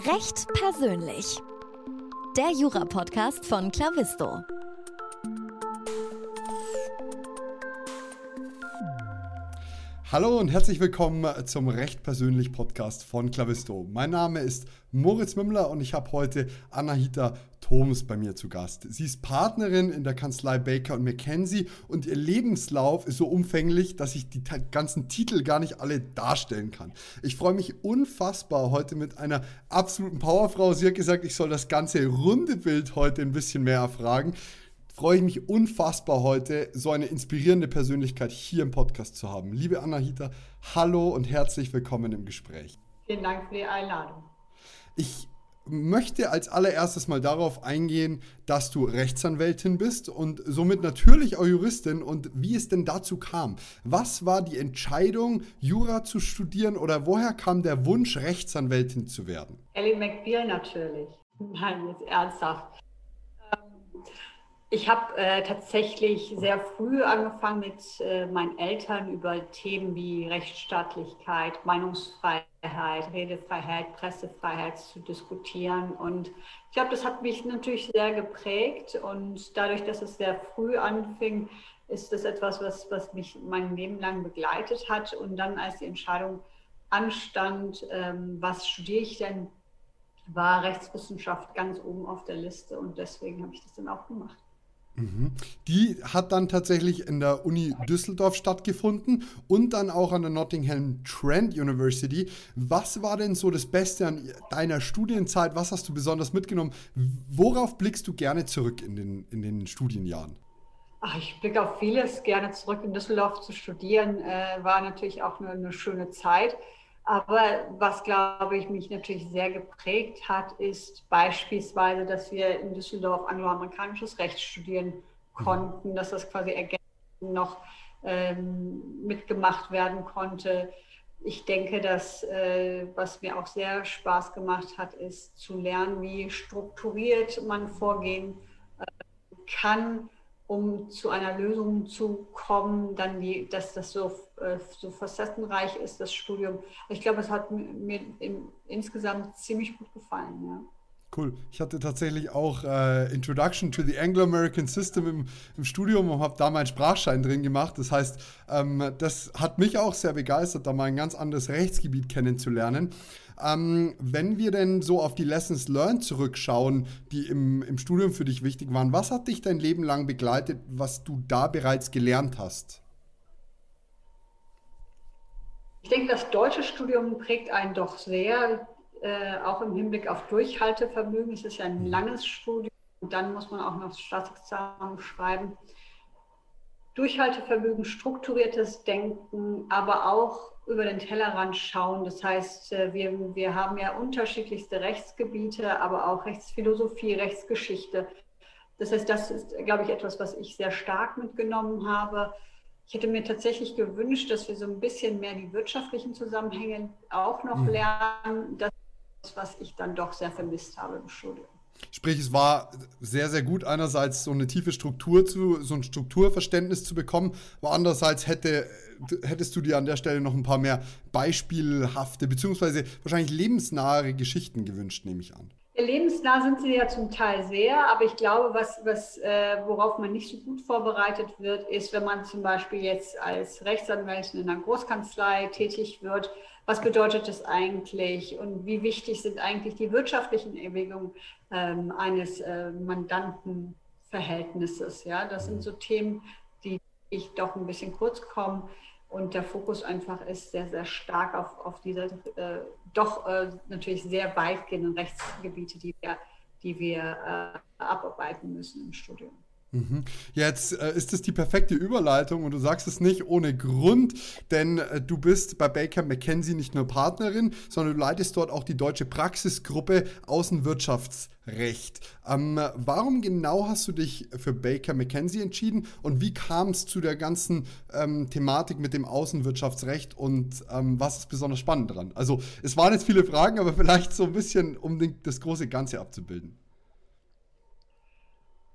Recht persönlich. Der Jura-Podcast von Clavisto. Hallo und herzlich willkommen zum Recht persönlich Podcast von Clavisto. Mein Name ist Moritz Mümmler und ich habe heute Anahita Thoms bei mir zu Gast. Sie ist Partnerin in der Kanzlei Baker & McKenzie und ihr Lebenslauf ist so umfänglich, dass ich die ganzen Titel gar nicht alle darstellen kann. Ich freue mich unfassbar heute mit einer absoluten Powerfrau. Sie hat gesagt, ich soll das ganze runde Bild heute ein bisschen mehr erfragen. Freue ich mich unfassbar heute, so eine inspirierende Persönlichkeit hier im Podcast zu haben. Liebe Anahita, hallo und herzlich willkommen im Gespräch. Vielen Dank für die Einladung. Ich möchte als allererstes mal darauf eingehen, dass du Rechtsanwältin bist und somit natürlich auch Juristin und wie es denn dazu kam. Was war die Entscheidung, Jura zu studieren oder woher kam der Wunsch, Rechtsanwältin zu werden? Ally McBeal natürlich. Nein, jetzt ernsthaft. Ich habe tatsächlich sehr früh angefangen, mit meinen Eltern über Themen wie Rechtsstaatlichkeit, Meinungsfreiheit, Redefreiheit, Pressefreiheit zu diskutieren. Und ich glaube, das hat mich natürlich sehr geprägt. Und dadurch, dass es sehr früh anfing, ist das etwas, was mich mein Leben lang begleitet hat. Und dann, als die Entscheidung anstand, was studiere ich denn, war Rechtswissenschaft ganz oben auf der Liste. Und deswegen habe ich das dann auch gemacht. Die hat dann tatsächlich in der Uni Düsseldorf stattgefunden und dann auch an der Nottingham Trent University. Was war denn so das Beste an deiner Studienzeit? Was hast du besonders mitgenommen? Worauf blickst du gerne zurück in den Studienjahren? Ich blicke auf vieles gerne zurück. In Düsseldorf zu studieren war natürlich auch eine schöne Zeit. Aber was, glaube ich, mich natürlich sehr geprägt hat, ist beispielsweise, dass wir in Düsseldorf angloamerikanisches Recht studieren konnten, dass das quasi ergänzend noch mitgemacht werden konnte. Ich denke, dass was mir auch sehr Spaß gemacht hat, ist zu lernen, wie strukturiert man vorgehen kann, um zu einer Lösung zu kommen, dann dass das so facettenreich ist, das Studium. Ich glaube, es hat mir insgesamt ziemlich gut gefallen. Ja. Cool. Ich hatte tatsächlich auch Introduction to the Anglo-American System im Studium und habe da meinen Sprachschein drin gemacht. Das heißt, das hat mich auch sehr begeistert, da mal ein ganz anderes Rechtsgebiet kennenzulernen. Wenn wir denn so auf die Lessons learned zurückschauen, die im Studium für dich wichtig waren, was hat dich dein Leben lang begleitet, was du da bereits gelernt hast? Ich denke, das deutsche Studium prägt einen doch sehr, auch im Hinblick auf Durchhaltevermögen. Es ist ja ein langes Studium und dann muss man auch noch das Staatsexamen schreiben. Durchhaltevermögen, strukturiertes Denken, aber auch über den Tellerrand schauen. Das heißt, wir haben ja unterschiedlichste Rechtsgebiete, aber auch Rechtsphilosophie, Rechtsgeschichte. Das heißt, das ist, glaube ich, etwas, was ich sehr stark mitgenommen habe. Ich hätte mir tatsächlich gewünscht, dass wir so ein bisschen mehr die wirtschaftlichen Zusammenhänge auch noch lernen. Das ist, was ich dann doch sehr vermisst habe im Studium. Sprich, es war sehr, sehr gut, einerseits so eine tiefe Struktur so ein Strukturverständnis zu bekommen, aber andererseits hättest du dir an der Stelle noch ein paar mehr beispielhafte, beziehungsweise wahrscheinlich lebensnahe Geschichten gewünscht, nehme ich an. Lebensnah sind sie ja zum Teil sehr, aber ich glaube, worauf man nicht so gut vorbereitet wird, ist, wenn man zum Beispiel jetzt als Rechtsanwältin in einer Großkanzlei tätig wird, was bedeutet das eigentlich und wie wichtig sind eigentlich die wirtschaftlichen Erwägungen eines Mandantenverhältnisses? Ja? Das sind so Themen, die ich doch ein bisschen kurz kommen. Und der Fokus einfach ist sehr, sehr stark auf diese natürlich sehr weitgehenden Rechtsgebiete, die wir abarbeiten müssen im Studium. Jetzt ist es die perfekte Überleitung und du sagst es nicht ohne Grund, denn du bist bei Baker & McKenzie nicht nur Partnerin, sondern du leitest dort auch die deutsche Praxisgruppe Außenwirtschaftsrecht. Warum genau hast du dich für Baker & McKenzie entschieden und wie kam es zu der ganzen Thematik mit dem Außenwirtschaftsrecht und was ist besonders spannend dran? Also es waren jetzt viele Fragen, aber vielleicht so ein bisschen, um das große Ganze abzubilden.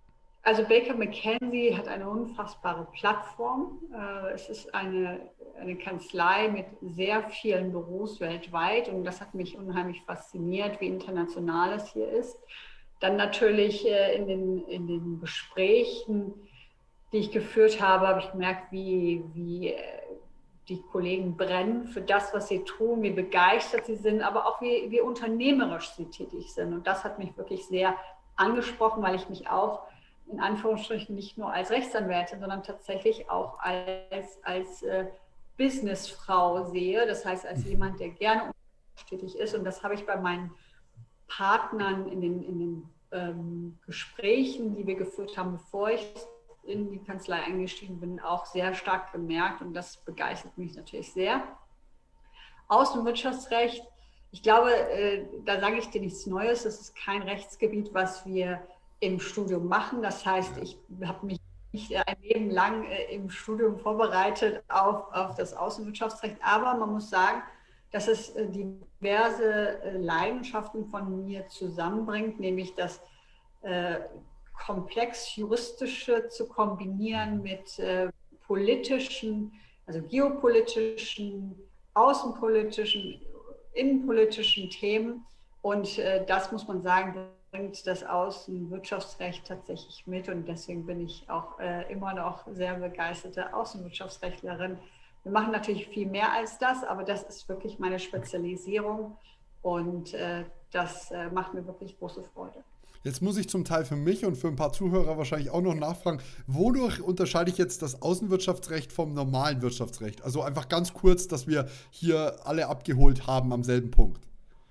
Also Baker McKenzie hat eine unfassbare Plattform. Es ist eine Kanzlei mit sehr vielen Büros weltweit und das hat mich unheimlich fasziniert, wie international es hier ist. Dann natürlich in den Gesprächen, die ich geführt habe, habe ich gemerkt, wie die Kollegen brennen für das, was sie tun, wie begeistert sie sind, aber auch wie unternehmerisch sie tätig sind. Und das hat mich wirklich sehr angesprochen, weil ich mich auch in Anführungsstrichen nicht nur als Rechtsanwältin, sondern tatsächlich auch als Businessfrau sehe. Das heißt, als jemand, der gerne tätig ist. Und das habe ich bei meinen Partnern in den Gesprächen, die wir geführt haben, bevor ich in die Kanzlei eingestiegen bin, auch sehr stark gemerkt. Und das begeistert mich natürlich sehr. Außenwirtschaftsrecht, ich glaube, da sage ich dir nichts Neues. Das ist kein Rechtsgebiet, was wir im Studium machen. Das heißt, ich habe mich nicht ein Leben lang im Studium vorbereitet auf das Außenwirtschaftsrecht. Aber man muss sagen, dass es diverse Leidenschaften von mir zusammenbringt, nämlich das komplex Juristische zu kombinieren mit politischen, also geopolitischen, außenpolitischen, innenpolitischen Themen. Und das muss man sagen, bringt das Außenwirtschaftsrecht tatsächlich mit. Und deswegen bin ich auch immer noch sehr begeisterte Außenwirtschaftsrechtlerin. Wir machen natürlich viel mehr als das, aber das ist wirklich meine Spezialisierung. Und das macht mir wirklich große Freude. Jetzt muss ich zum Teil für mich und für ein paar Zuhörer wahrscheinlich auch noch nachfragen, wodurch unterscheide ich jetzt das Außenwirtschaftsrecht vom normalen Wirtschaftsrecht? Also einfach ganz kurz, dass wir hier alle abgeholt haben am selben Punkt.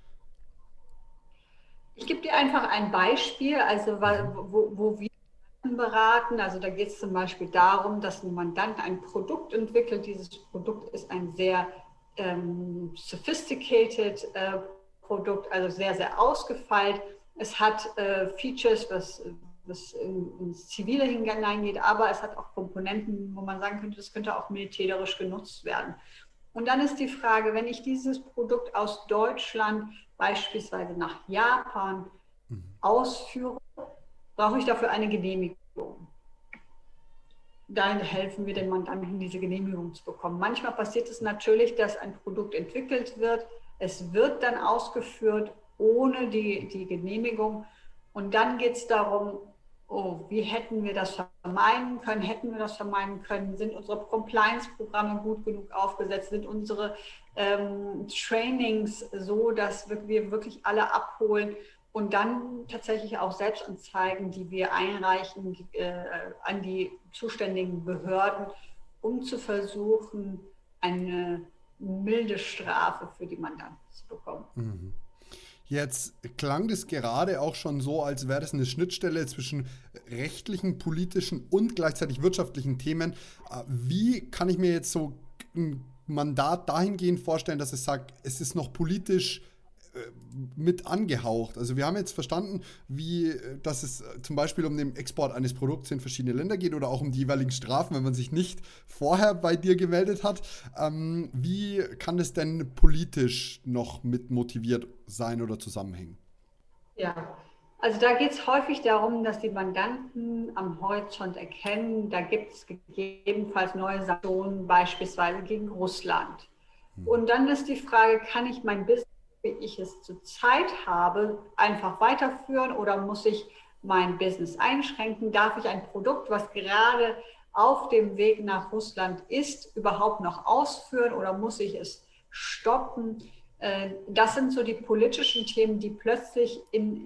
Ich gebe dir einfach ein Beispiel, also wo wir beraten. Also da geht es zum Beispiel darum, dass ein Mandant ein Produkt entwickelt. Dieses Produkt ist ein sehr sophisticated Produkt, also sehr, sehr ausgefeilt. Es hat Features, was ins Zivile hineingeht, aber es hat auch Komponenten, wo man sagen könnte, das könnte auch militärisch genutzt werden. Und dann ist die Frage, wenn ich dieses Produkt aus Deutschland beispielsweise nach Japan ausführe, brauche ich dafür eine Genehmigung. Dann helfen wir den Mandanten, diese Genehmigung zu bekommen. Manchmal passiert es natürlich, dass ein Produkt entwickelt wird, es wird dann ausgeführt ohne die Genehmigung. Und dann geht es darum, wie hätten wir das vermeiden können? Hätten wir das vermeiden können? Sind unsere Compliance-Programme gut genug aufgesetzt? Sind unsere Trainings so, dass wir wirklich alle abholen? Und dann tatsächlich auch Selbstanzeigen, die wir einreichen an die zuständigen Behörden, um zu versuchen, eine milde Strafe für die Mandanten zu bekommen. Mhm. Jetzt klang das gerade auch schon so, als wäre das eine Schnittstelle zwischen rechtlichen, politischen und gleichzeitig wirtschaftlichen Themen. Wie kann ich mir jetzt so ein Mandat dahingehend vorstellen, dass es sagt, es ist noch politisch mit angehaucht? Also wir haben jetzt verstanden, dass es zum Beispiel um den Export eines Produkts in verschiedene Länder geht oder auch um die jeweiligen Strafen, wenn man sich nicht vorher bei dir gemeldet hat. Wie kann es denn politisch noch mit motiviert sein oder zusammenhängen? Ja, also da geht es häufig darum, dass die Mandanten am Horizont erkennen, da gibt es gegebenenfalls neue Sanktionen, beispielsweise gegen Russland. Und dann ist die Frage, kann ich mein Business, wie ich es zurzeit habe, einfach weiterführen oder muss ich mein Business einschränken? Darf ich ein Produkt, was gerade auf dem Weg nach Russland ist, überhaupt noch ausführen oder muss ich es stoppen? Das sind so die politischen Themen, die plötzlich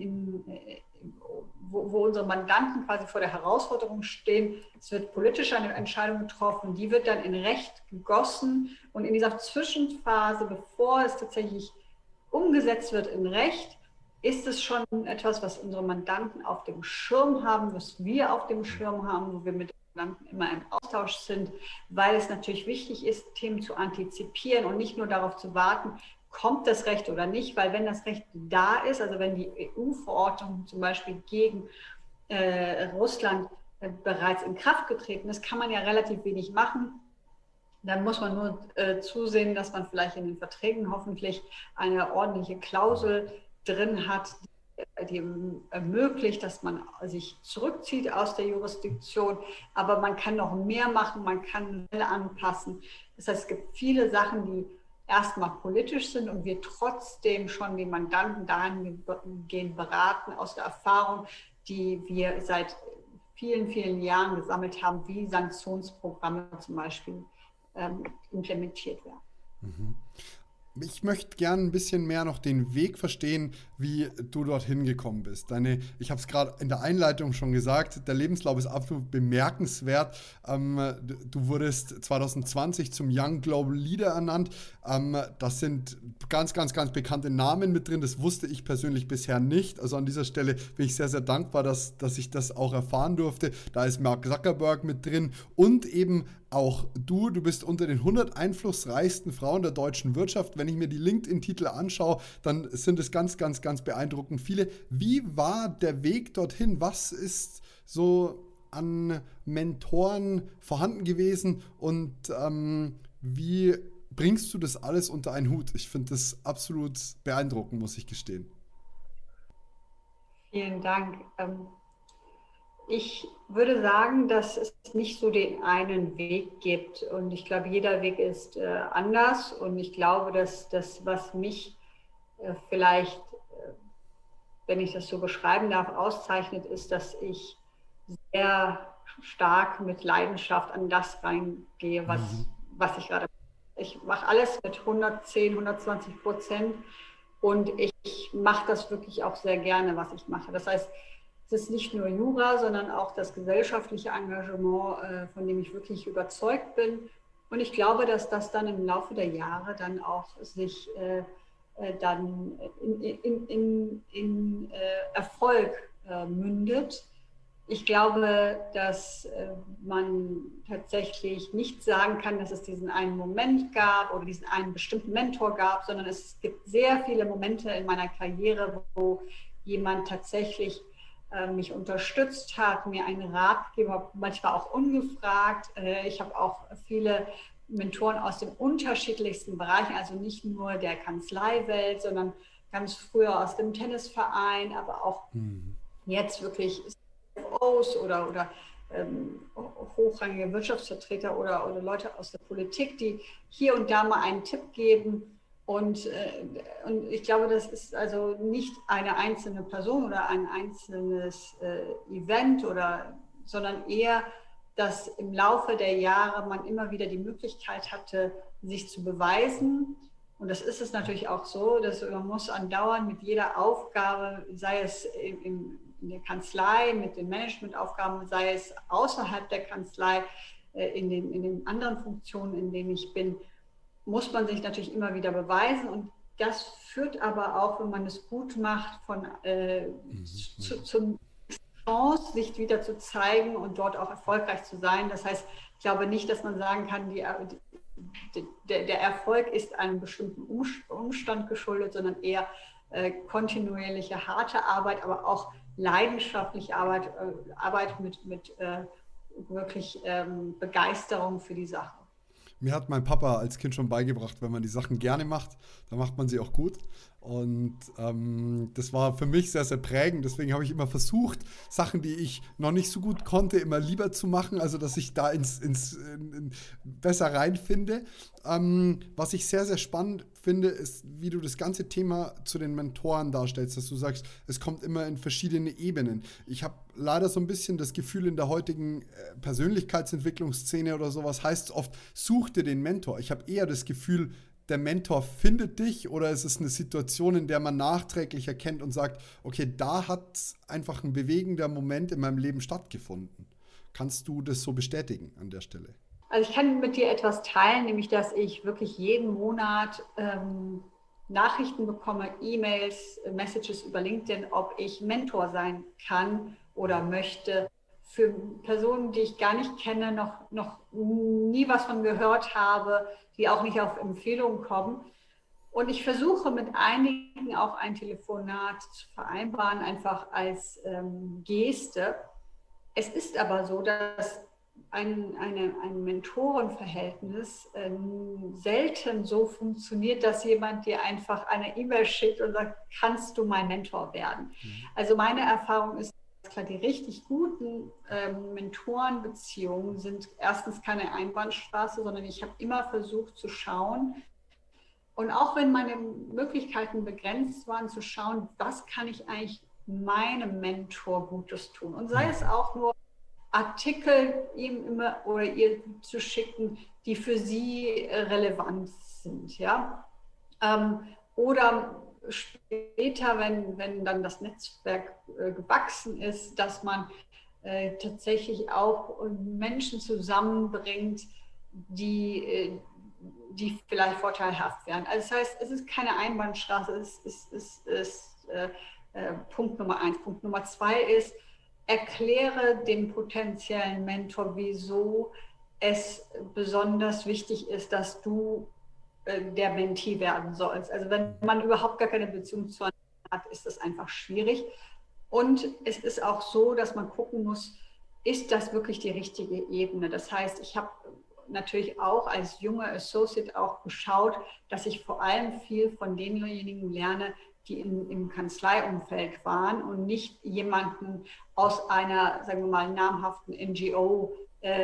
wo unsere Mandanten quasi vor der Herausforderung stehen. Es wird politisch eine Entscheidung getroffen, die wird dann in Recht gegossen und in dieser Zwischenphase, bevor es tatsächlich umgesetzt wird in Recht, ist es schon etwas, was unsere Mandanten auf dem Schirm haben, was wir auf dem Schirm haben, wo wir mit den Mandanten immer im Austausch sind, weil es natürlich wichtig ist, Themen zu antizipieren und nicht nur darauf zu warten, kommt das Recht oder nicht, weil wenn das Recht da ist, also wenn die EU-Verordnung zum Beispiel gegen Russland bereits in Kraft getreten ist, kann man ja relativ wenig machen. Dann muss man nur zusehen, dass man vielleicht in den Verträgen hoffentlich eine ordentliche Klausel drin hat, die die ermöglicht, dass man sich zurückzieht aus der Jurisdiktion, aber man kann noch mehr machen, man kann anpassen. Das heißt, es gibt viele Sachen, die erstmal politisch sind und wir trotzdem schon die Mandanten dahingehend beraten aus der Erfahrung, die wir seit vielen, vielen Jahren gesammelt haben, wie Sanktionsprogramme zum Beispiel implementiert werden. Mhm. Ich möchte gerne ein bisschen mehr noch den Weg verstehen, wie du dorthin gekommen bist. Ich habe es gerade in der Einleitung schon gesagt, der Lebenslauf ist absolut bemerkenswert. Du wurdest 2020 zum Young Global Leader ernannt. Das sind ganz, ganz, ganz bekannte Namen mit drin. Das wusste ich persönlich bisher nicht. Also an dieser Stelle bin ich sehr, sehr dankbar, dass ich das auch erfahren durfte. Da ist Mark Zuckerberg mit drin und eben auch du bist unter den 100 einflussreichsten Frauen der deutschen Wirtschaft. Wenn ich mir die LinkedIn-Titel anschaue, dann sind es ganz, ganz, ganz beeindruckend viele. Wie war der Weg dorthin? Was ist so an Mentoren vorhanden gewesen und wie bringst du das alles unter einen Hut? Ich finde das absolut beeindruckend, muss ich gestehen. Vielen Dank. Ich würde sagen, dass es nicht so den einen Weg gibt und ich glaube, jeder Weg ist anders und ich glaube, dass das, was mich vielleicht, wenn ich das so beschreiben darf, auszeichnet, ist, dass ich sehr stark mit Leidenschaft an das reingehe, was ich gerade mache. Ich mache alles mit 110, 120% und ich mache das wirklich auch sehr gerne, was ich mache. Das heißt, es ist nicht nur Jura, sondern auch das gesellschaftliche Engagement, von dem ich wirklich überzeugt bin. Und ich glaube, dass das dann im Laufe der Jahre dann auch sich dann in Erfolg mündet. Ich glaube, dass man tatsächlich nicht sagen kann, dass es diesen einen Moment gab oder diesen einen bestimmten Mentor gab, sondern es gibt sehr viele Momente in meiner Karriere, wo jemand tatsächlich mich unterstützt hat, mir einen Rat gegeben hat, manchmal auch ungefragt. Ich habe auch viele Mentoren aus den unterschiedlichsten Bereichen, also nicht nur der Kanzleiwelt, sondern ganz früher aus dem Tennisverein, aber auch jetzt wirklich CFOs oder hochrangige Wirtschaftsvertreter oder Leute aus der Politik, die hier und da mal einen Tipp geben. Und ich glaube, das ist also nicht eine einzelne Person oder ein einzelnes Event, sondern eher, dass im Laufe der Jahre man immer wieder die Möglichkeit hatte, sich zu beweisen. Und das ist es natürlich auch so, dass man muss andauernd mit jeder Aufgabe, sei es in der Kanzlei, mit den Managementaufgaben, sei es außerhalb der Kanzlei, in den anderen Funktionen, in denen ich bin, muss man sich natürlich immer wieder beweisen und das führt aber auch, wenn man es gut macht, zum Chance, sich wieder zu zeigen und dort auch erfolgreich zu sein. Das heißt, ich glaube nicht, dass man sagen kann, der Erfolg ist einem bestimmten Umstand geschuldet, sondern eher kontinuierliche, harte Arbeit, aber auch leidenschaftliche Arbeit mit wirklich Begeisterung für die Sache. Mir hat mein Papa als Kind schon beigebracht, wenn man die Sachen gerne macht, dann macht man sie auch gut. Und das war für mich sehr, sehr prägend. Deswegen habe ich immer versucht, Sachen, die ich noch nicht so gut konnte, immer lieber zu machen, also dass ich da besser reinfinde. Was ich sehr, sehr spannend finde, ist, wie du das ganze Thema zu den Mentoren darstellst, dass du sagst, es kommt immer in verschiedene Ebenen. Ich habe leider so ein bisschen das Gefühl, in der heutigen Persönlichkeitsentwicklungsszene oder sowas heißt es oft, such dir den Mentor. Ich habe eher das Gefühl, der Mentor findet dich oder ist es eine Situation, in der man nachträglich erkennt und sagt, okay, da hat einfach ein bewegender Moment in meinem Leben stattgefunden. Kannst du das so bestätigen an der Stelle? Also ich kann mit dir etwas teilen, nämlich dass ich wirklich jeden Monat Nachrichten bekomme, E-Mails, Messages über LinkedIn, ob ich Mentor sein kann oder möchte für Personen, die ich gar nicht kenne, noch nie was von gehört habe, die auch nicht auf Empfehlungen kommen. Und ich versuche mit einigen auch ein Telefonat zu vereinbaren, einfach als Geste. Es ist aber so, dass ein Mentorenverhältnis selten so funktioniert, dass jemand dir einfach eine E-Mail schickt und sagt, kannst du mein Mentor werden? Also meine Erfahrung ist, klar, die richtig guten Mentorenbeziehungen sind erstens keine Einbahnstraße, sondern ich habe immer versucht zu schauen, und auch wenn meine Möglichkeiten begrenzt waren, zu schauen, was kann ich eigentlich meinem Mentor Gutes tun? Und sei es auch nur Artikel ihm immer oder ihr zu schicken, die für sie relevant sind. Ja? Oder später, wenn dann das Netzwerk gewachsen ist, dass man tatsächlich auch Menschen zusammenbringt, die vielleicht vorteilhaft wären. Also das heißt, es ist keine Einbahnstraße, es ist Punkt Nummer 1. Punkt Nummer 2 ist, erkläre dem potenziellen Mentor, wieso es besonders wichtig ist, dass du der Mentee werden sollst. Also wenn man überhaupt gar keine Beziehung zu einem hat, ist das einfach schwierig. Und es ist auch so, dass man gucken muss, ist das wirklich die richtige Ebene? Das heißt, ich habe natürlich auch als junger Associate auch geschaut, dass ich vor allem viel von denjenigen lerne, die im Kanzleiumfeld waren und nicht jemanden aus einer, sagen wir mal, namhaften NGO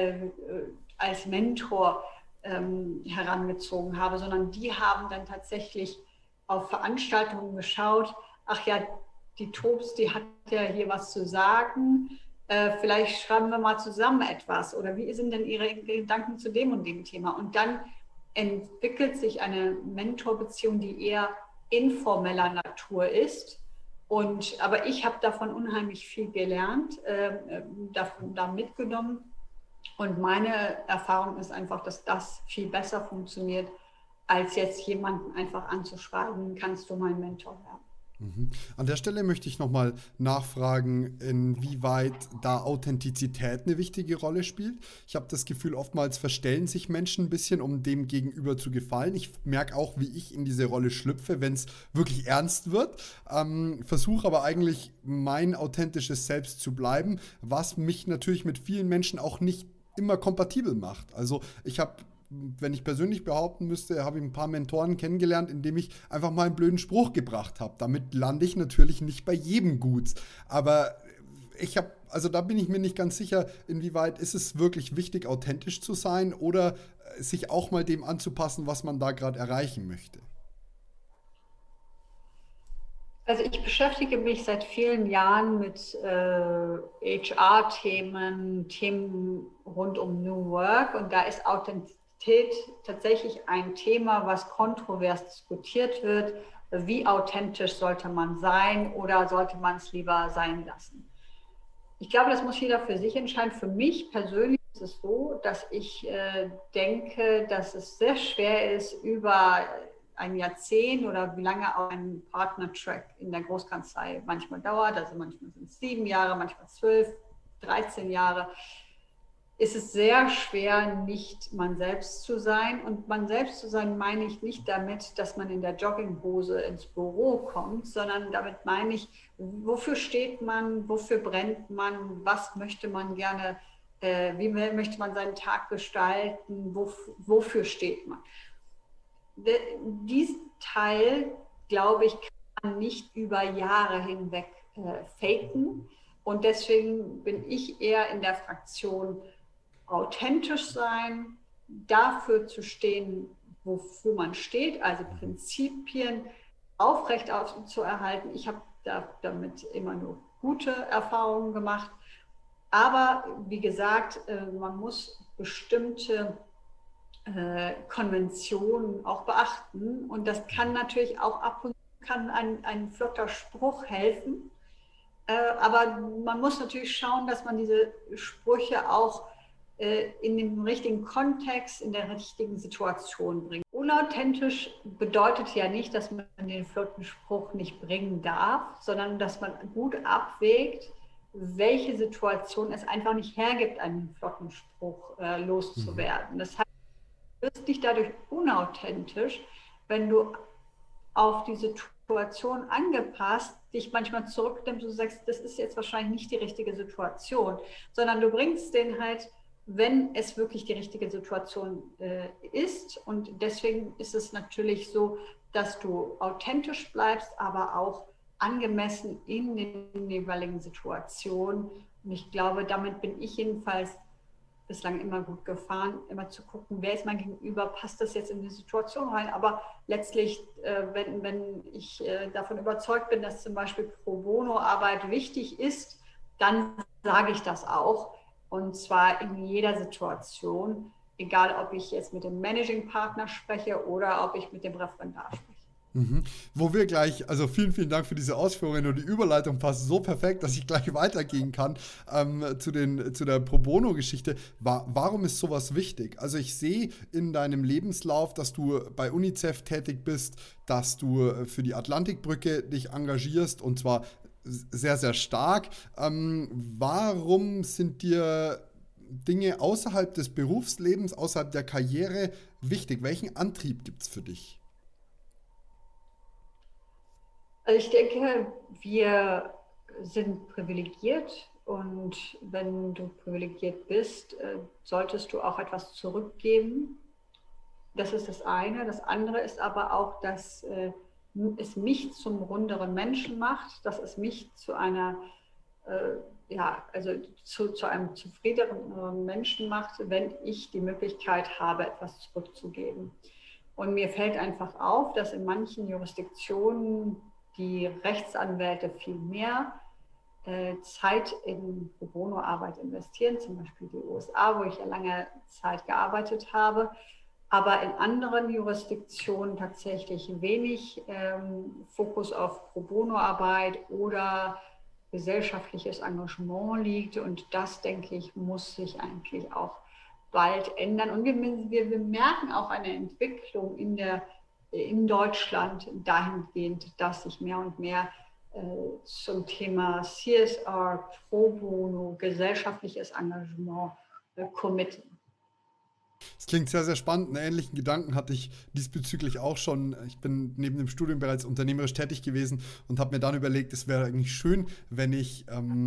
als Mentor herangezogen habe, sondern die haben dann tatsächlich auf Veranstaltungen geschaut, ach ja, die Tobs, die hat ja hier was zu sagen, vielleicht schreiben wir mal zusammen etwas oder wie sind denn Ihre Gedanken zu dem und dem Thema? Und dann entwickelt sich eine Mentorbeziehung, die eher informeller Natur ist. Aber ich habe davon unheimlich viel gelernt, da mitgenommen. Und meine Erfahrung ist einfach, dass das viel besser funktioniert, als jetzt jemanden einfach anzuschreiben, kannst du mein Mentor werden. An der Stelle möchte ich nochmal nachfragen, inwieweit da Authentizität eine wichtige Rolle spielt. Ich habe das Gefühl, oftmals verstellen sich Menschen ein bisschen, um dem Gegenüber zu gefallen. Ich merke auch, wie ich in diese Rolle schlüpfe, wenn es wirklich ernst wird. Versuche aber eigentlich mein authentisches Selbst zu bleiben, was mich natürlich mit vielen Menschen auch nicht immer kompatibel macht. Also ich habe, wenn ich persönlich behaupten müsste, habe ich ein paar Mentoren kennengelernt, indem ich einfach mal einen blöden Spruch gebracht habe. Damit lande ich natürlich nicht bei jedem gut. Aber da bin ich mir nicht ganz sicher, inwieweit ist es wirklich wichtig, authentisch zu sein oder sich auch mal dem anzupassen, was man da gerade erreichen möchte. Also ich beschäftige mich seit vielen Jahren mit HR-Themen, Themen rund um New Work und da ist Authentizität tatsächlich ein Thema, was kontrovers diskutiert wird. Wie authentisch sollte man sein oder sollte man es lieber sein lassen? Ich glaube, das muss jeder für sich entscheiden. Für mich persönlich ist es so, dass ich denke, dass es sehr schwer ist, über ein Jahrzehnt oder wie lange auch ein Partner-Track in der Großkanzlei manchmal dauert, also manchmal sind es 7 Jahre, manchmal 12, 13 Jahre, ist es sehr schwer, nicht man selbst zu sein. Und man selbst zu sein meine ich nicht damit, dass man in der Jogginghose ins Büro kommt, sondern damit meine ich, wofür steht man, wofür brennt man, was möchte man gerne, wie möchte man seinen Tag gestalten, wofür steht man. Diesen Teil, glaube ich, kann man nicht über Jahre hinweg faken. Und deswegen bin ich eher in der Fraktion authentisch sein, dafür zu stehen, wofür man steht, also Prinzipien aufrecht zu erhalten. Ich habe damit immer nur gute Erfahrungen gemacht. Aber wie gesagt, man muss bestimmte Konventionen auch beachten. Und das kann natürlich auch ab und zu ein flotter Spruch helfen. Aber man muss natürlich schauen, dass man diese Sprüche auch in dem richtigen Kontext, in der richtigen Situation bringt. Unauthentisch bedeutet ja nicht, dass man den flotten Spruch nicht bringen darf, sondern dass man gut abwägt, welche Situation es einfach nicht hergibt, einen flotten Spruch loszuwerden. Das heißt, du wirst nicht dadurch unauthentisch, wenn du auf die Situation angepasst dich manchmal zurücknimmst und sagst, das ist jetzt wahrscheinlich nicht die richtige Situation, sondern du bringst den halt wenn es wirklich die richtige Situation ist. Und deswegen ist es natürlich so, dass du authentisch bleibst, aber auch angemessen in den jeweiligen Situationen. Und ich glaube, damit bin ich jedenfalls bislang immer gut gefahren, immer zu gucken, wer ist mein Gegenüber, passt das jetzt in die Situation rein. Aber letztlich, wenn ich davon überzeugt bin, dass zum Beispiel Pro-Bono-Arbeit wichtig ist, dann sage ich das auch. Und zwar in jeder Situation, egal ob ich jetzt mit dem Managing Partner spreche oder ob ich mit dem Referendar spreche. Mhm. Wo wir gleich, also vielen, vielen Dank für diese Ausführungen und die Überleitung passt so perfekt, dass ich gleich weitergehen kann zu der Pro Bono-Geschichte. Warum ist sowas wichtig? Also ich sehe in deinem Lebenslauf, dass du bei UNICEF tätig bist, dass du für die Atlantikbrücke dich engagierst und zwar sehr, sehr stark. Warum sind dir Dinge außerhalb des Berufslebens, außerhalb der Karriere wichtig? Welchen Antrieb gibt es für dich? Also ich denke, wir sind privilegiert und wenn du privilegiert bist, solltest du auch etwas zurückgeben. Das ist das eine. Das andere ist aber auch, dass es mich zum runderen Menschen macht, dass es mich zu einer, zu einem zufriedeneren Menschen macht, wenn ich die Möglichkeit habe, etwas zurückzugeben. Und mir fällt einfach auf, dass in manchen Jurisdiktionen die Rechtsanwälte viel mehr Zeit in Pro Bono-Arbeit investieren, zum Beispiel die USA, wo ich ja lange Zeit gearbeitet habe, aber in anderen Jurisdiktionen tatsächlich wenig Fokus auf Pro Bono-Arbeit oder gesellschaftliches Engagement liegt. Und das, denke ich, muss sich eigentlich auch bald ändern. Und wir merken auch eine Entwicklung in Deutschland dahingehend, dass sich mehr und mehr zum Thema CSR, Pro Bono, gesellschaftliches Engagement committen. Das klingt sehr, sehr spannend. Einen ähnlichen Gedanken hatte ich diesbezüglich auch schon. Ich bin neben dem Studium bereits unternehmerisch tätig gewesen und habe mir dann überlegt, es wäre eigentlich schön, wenn ich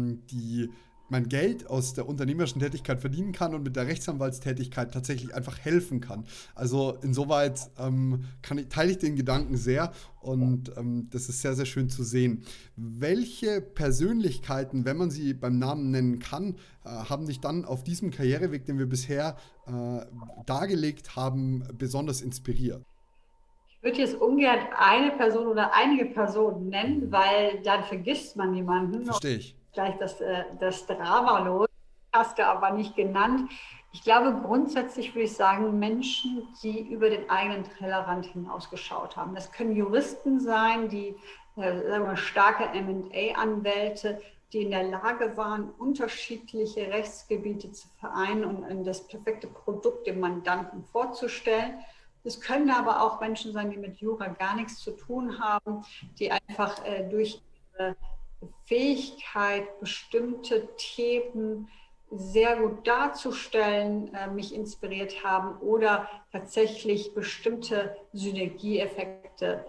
mein Geld aus der unternehmerischen Tätigkeit verdienen kann und mit der Rechtsanwaltstätigkeit tatsächlich einfach helfen kann. Also insoweit teile ich den Gedanken sehr und das ist sehr, sehr schön zu sehen. Welche Persönlichkeiten, wenn man sie beim Namen nennen kann, haben dich dann auf diesem Karriereweg, den wir bisher dargelegt haben, besonders inspiriert? Ich würde jetzt ungern eine Person oder einige Personen nennen, weil dann vergisst man jemanden. Verstehe ich. Gleich das Drama los, hast du aber nicht genannt. Ich glaube, grundsätzlich würde ich sagen, Menschen, die über den eigenen Tellerrand hinausgeschaut haben. Das können Juristen sein, die sagen wir, starke M&A-Anwälte, die in der Lage waren, unterschiedliche Rechtsgebiete zu vereinen und das perfekte Produkt dem Mandanten vorzustellen. Es können aber auch Menschen sein, die mit Jura gar nichts zu tun haben, die einfach durch ihre Fähigkeit, bestimmte Themen sehr gut darzustellen, mich inspiriert haben oder tatsächlich bestimmte Synergieeffekte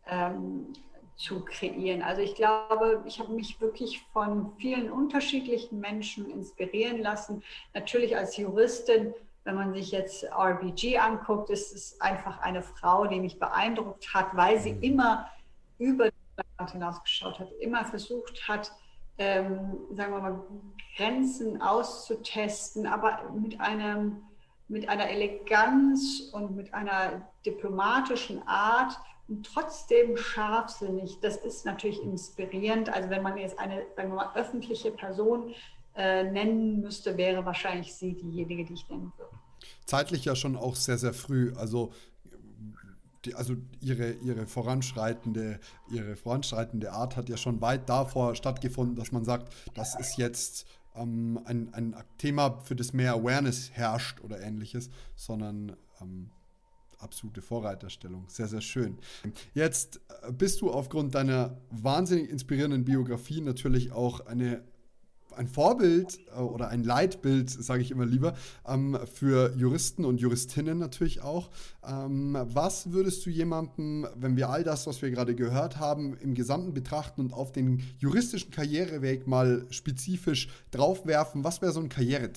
zu kreieren. Also ich glaube, ich habe mich wirklich von vielen unterschiedlichen Menschen inspirieren lassen. Natürlich als Juristin, wenn man sich jetzt RBG anguckt, ist es einfach eine Frau, die mich beeindruckt hat, weil sie immer über hinausgeschaut hat, immer versucht hat, sagen wir mal, Grenzen auszutesten, aber mit einer Eleganz und mit einer diplomatischen Art und trotzdem scharfsinnig. Das ist natürlich inspirierend. Also wenn man jetzt eine, sagen wir mal, öffentliche Person nennen müsste, wäre wahrscheinlich sie diejenige, die ich nennen würde. Zeitlich ja schon auch sehr, sehr früh. Also ihre voranschreitende Art hat ja schon weit davor stattgefunden, dass man sagt, das ist jetzt ein Thema, für das mehr Awareness herrscht oder ähnliches, sondern absolute Vorreiterstellung. Sehr, sehr schön. Jetzt bist du aufgrund deiner wahnsinnig inspirierenden Biografie natürlich auch ein Vorbild oder ein Leitbild, sage ich immer lieber, für Juristen und Juristinnen natürlich auch. Was würdest du jemandem, wenn wir all das, was wir gerade gehört haben, im Gesamten betrachten und auf den juristischen Karriereweg mal spezifisch draufwerfen, was wäre so ein Karrieretipp,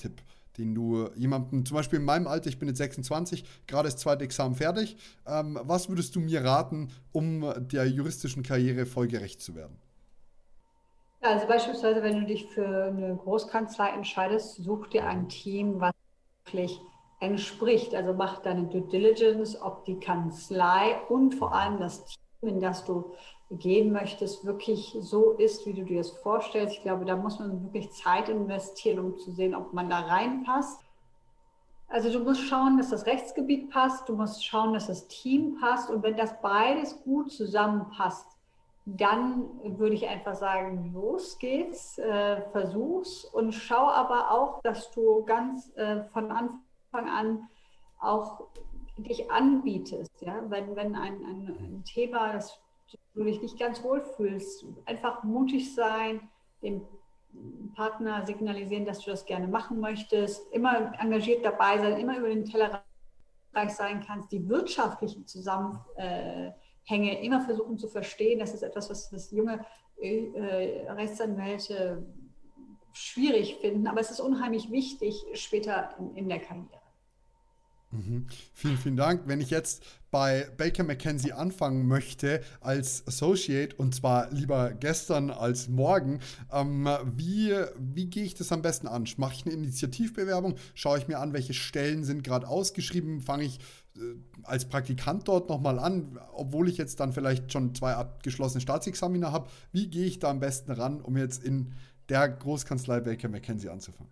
den du jemandem, zum Beispiel in meinem Alter, ich bin jetzt 26, gerade das zweite Examen fertig, was würdest du mir raten, um der juristischen Karriere voll gerecht zu werden? Ja, also beispielsweise, wenn du dich für eine Großkanzlei entscheidest, such dir ein Team, was wirklich entspricht. Also mach deine Due Diligence, ob die Kanzlei und vor allem das Team, in das du gehen möchtest, wirklich so ist, wie du dir es vorstellst. Ich glaube, da muss man wirklich Zeit investieren, um zu sehen, ob man da reinpasst. Also du musst schauen, dass das Rechtsgebiet passt, du musst schauen, dass das Team passt, und wenn das beides gut zusammenpasst, dann würde ich einfach sagen, los geht's, versuch's, und schau aber auch, dass du ganz von Anfang an auch dich anbietest. Ja? Wenn ein Thema, das du dich nicht ganz wohl fühlst, einfach mutig sein, dem Partner signalisieren, dass du das gerne machen möchtest, immer engagiert dabei sein, immer über den Tellerrand sein kannst, die wirtschaftlichen Zusammenhänge immer versuchen zu verstehen. Das ist etwas, was junge Rechtsanwälte schwierig finden, aber es ist unheimlich wichtig später in der Karriere. Vielen, vielen Dank. Wenn ich jetzt bei Baker McKenzie anfangen möchte als Associate, und zwar lieber gestern als morgen, wie gehe ich das am besten an? Mache ich eine Initiativbewerbung? Schaue ich mir an, welche Stellen sind gerade ausgeschrieben? Fange ich als Praktikant dort nochmal an, obwohl ich jetzt dann vielleicht schon 2 abgeschlossene Staatsexamina habe? Wie gehe ich da am besten ran, um jetzt in der Großkanzlei Baker McKenzie anzufangen?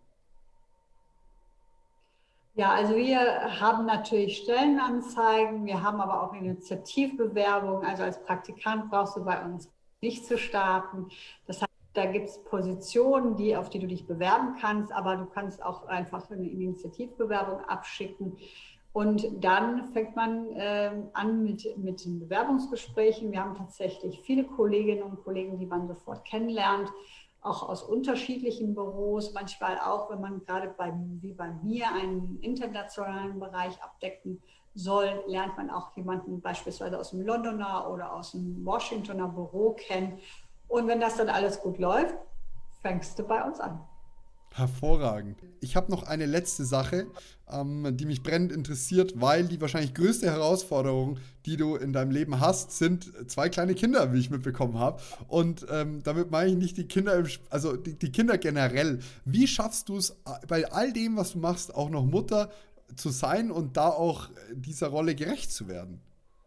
Ja, also wir haben natürlich Stellenanzeigen, wir haben aber auch Initiativbewerbungen. Also als Praktikant brauchst du bei uns nicht zu starten. Das heißt, da gibt es Positionen, auf die du dich bewerben kannst, aber du kannst auch einfach eine Initiativbewerbung abschicken. Und dann fängt man an mit den Bewerbungsgesprächen. Wir haben tatsächlich viele Kolleginnen und Kollegen, die man sofort kennenlernt, auch aus unterschiedlichen Büros, manchmal auch, wenn man gerade wie bei mir einen internationalen Bereich abdecken soll, lernt man auch jemanden beispielsweise aus dem Londoner oder aus dem Washingtoner Büro kennen. Und wenn das dann alles gut läuft, fängst du bei uns an. Hervorragend. Ich habe noch eine letzte Sache, die mich brennend interessiert, weil die wahrscheinlich größte Herausforderung, die du in deinem Leben hast, sind 2 kleine Kinder, wie ich mitbekommen habe. Und damit meine ich nicht die Kinder, also die Kinder generell. Wie schaffst du es bei all dem, was du machst, auch noch Mutter zu sein und da auch dieser Rolle gerecht zu werden?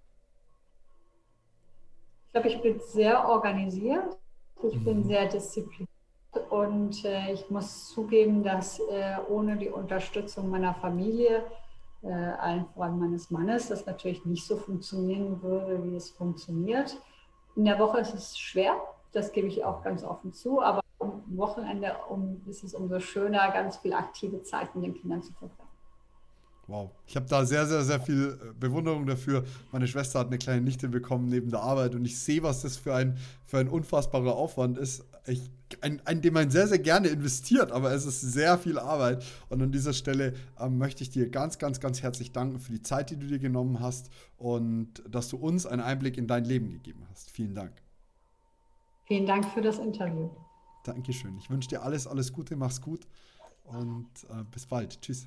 Ich glaube, ich bin sehr organisiert, ich bin sehr diszipliniert. Und ich muss zugeben, dass ohne die Unterstützung meiner Familie, allen voran meines Mannes, das natürlich nicht so funktionieren würde, wie es funktioniert. In der Woche ist es schwer, das gebe ich auch ganz offen zu, aber am Wochenende ist es umso schöner, ganz viel aktive Zeit mit den Kindern zu verbringen. Wow, ich habe da sehr, sehr, sehr viel Bewunderung dafür. Meine Schwester hat eine kleine Nichte bekommen neben der Arbeit und ich sehe, was das für ein unfassbarer Aufwand ist. Den man sehr, sehr gerne investiert, aber es ist sehr viel Arbeit. Und an dieser Stelle möchte ich dir ganz, ganz, ganz herzlich danken für die Zeit, die du dir genommen hast und dass du uns einen Einblick in dein Leben gegeben hast. Vielen Dank. Vielen Dank für das Interview. Dankeschön. Ich wünsche dir alles, alles Gute, mach's gut und bis bald. Tschüss.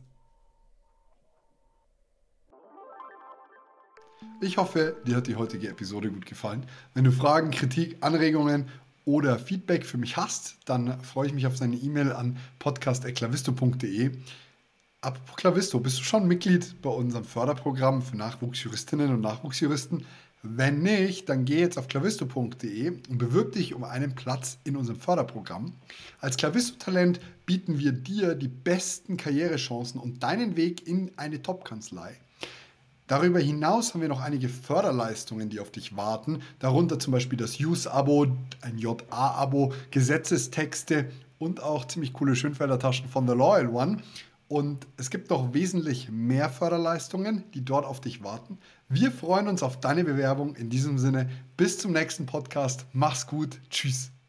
Ich hoffe, dir hat die heutige Episode gut gefallen. Wenn du Fragen, Kritik, Anregungen oder Feedback für mich hast, dann freue ich mich auf deine E-Mail an podcast@clavisto.de. Apropos Clavisto, bist du schon Mitglied bei unserem Förderprogramm für Nachwuchsjuristinnen und Nachwuchsjuristen? Wenn nicht, dann geh jetzt auf clavisto.de und bewirb dich um einen Platz in unserem Förderprogramm. Als Clavisto-Talent bieten wir dir die besten Karrierechancen und deinen Weg in eine Top-Kanzlei. Darüber hinaus haben wir noch einige Förderleistungen, die auf dich warten, darunter zum Beispiel das Use-Abo, ein JA-Abo, Gesetzestexte und auch ziemlich coole Schönfelder-Taschen von The Loyal One. Und es gibt noch wesentlich mehr Förderleistungen, die dort auf dich warten. Wir freuen uns auf deine Bewerbung. In diesem Sinne, bis zum nächsten Podcast. Mach's gut. Tschüss.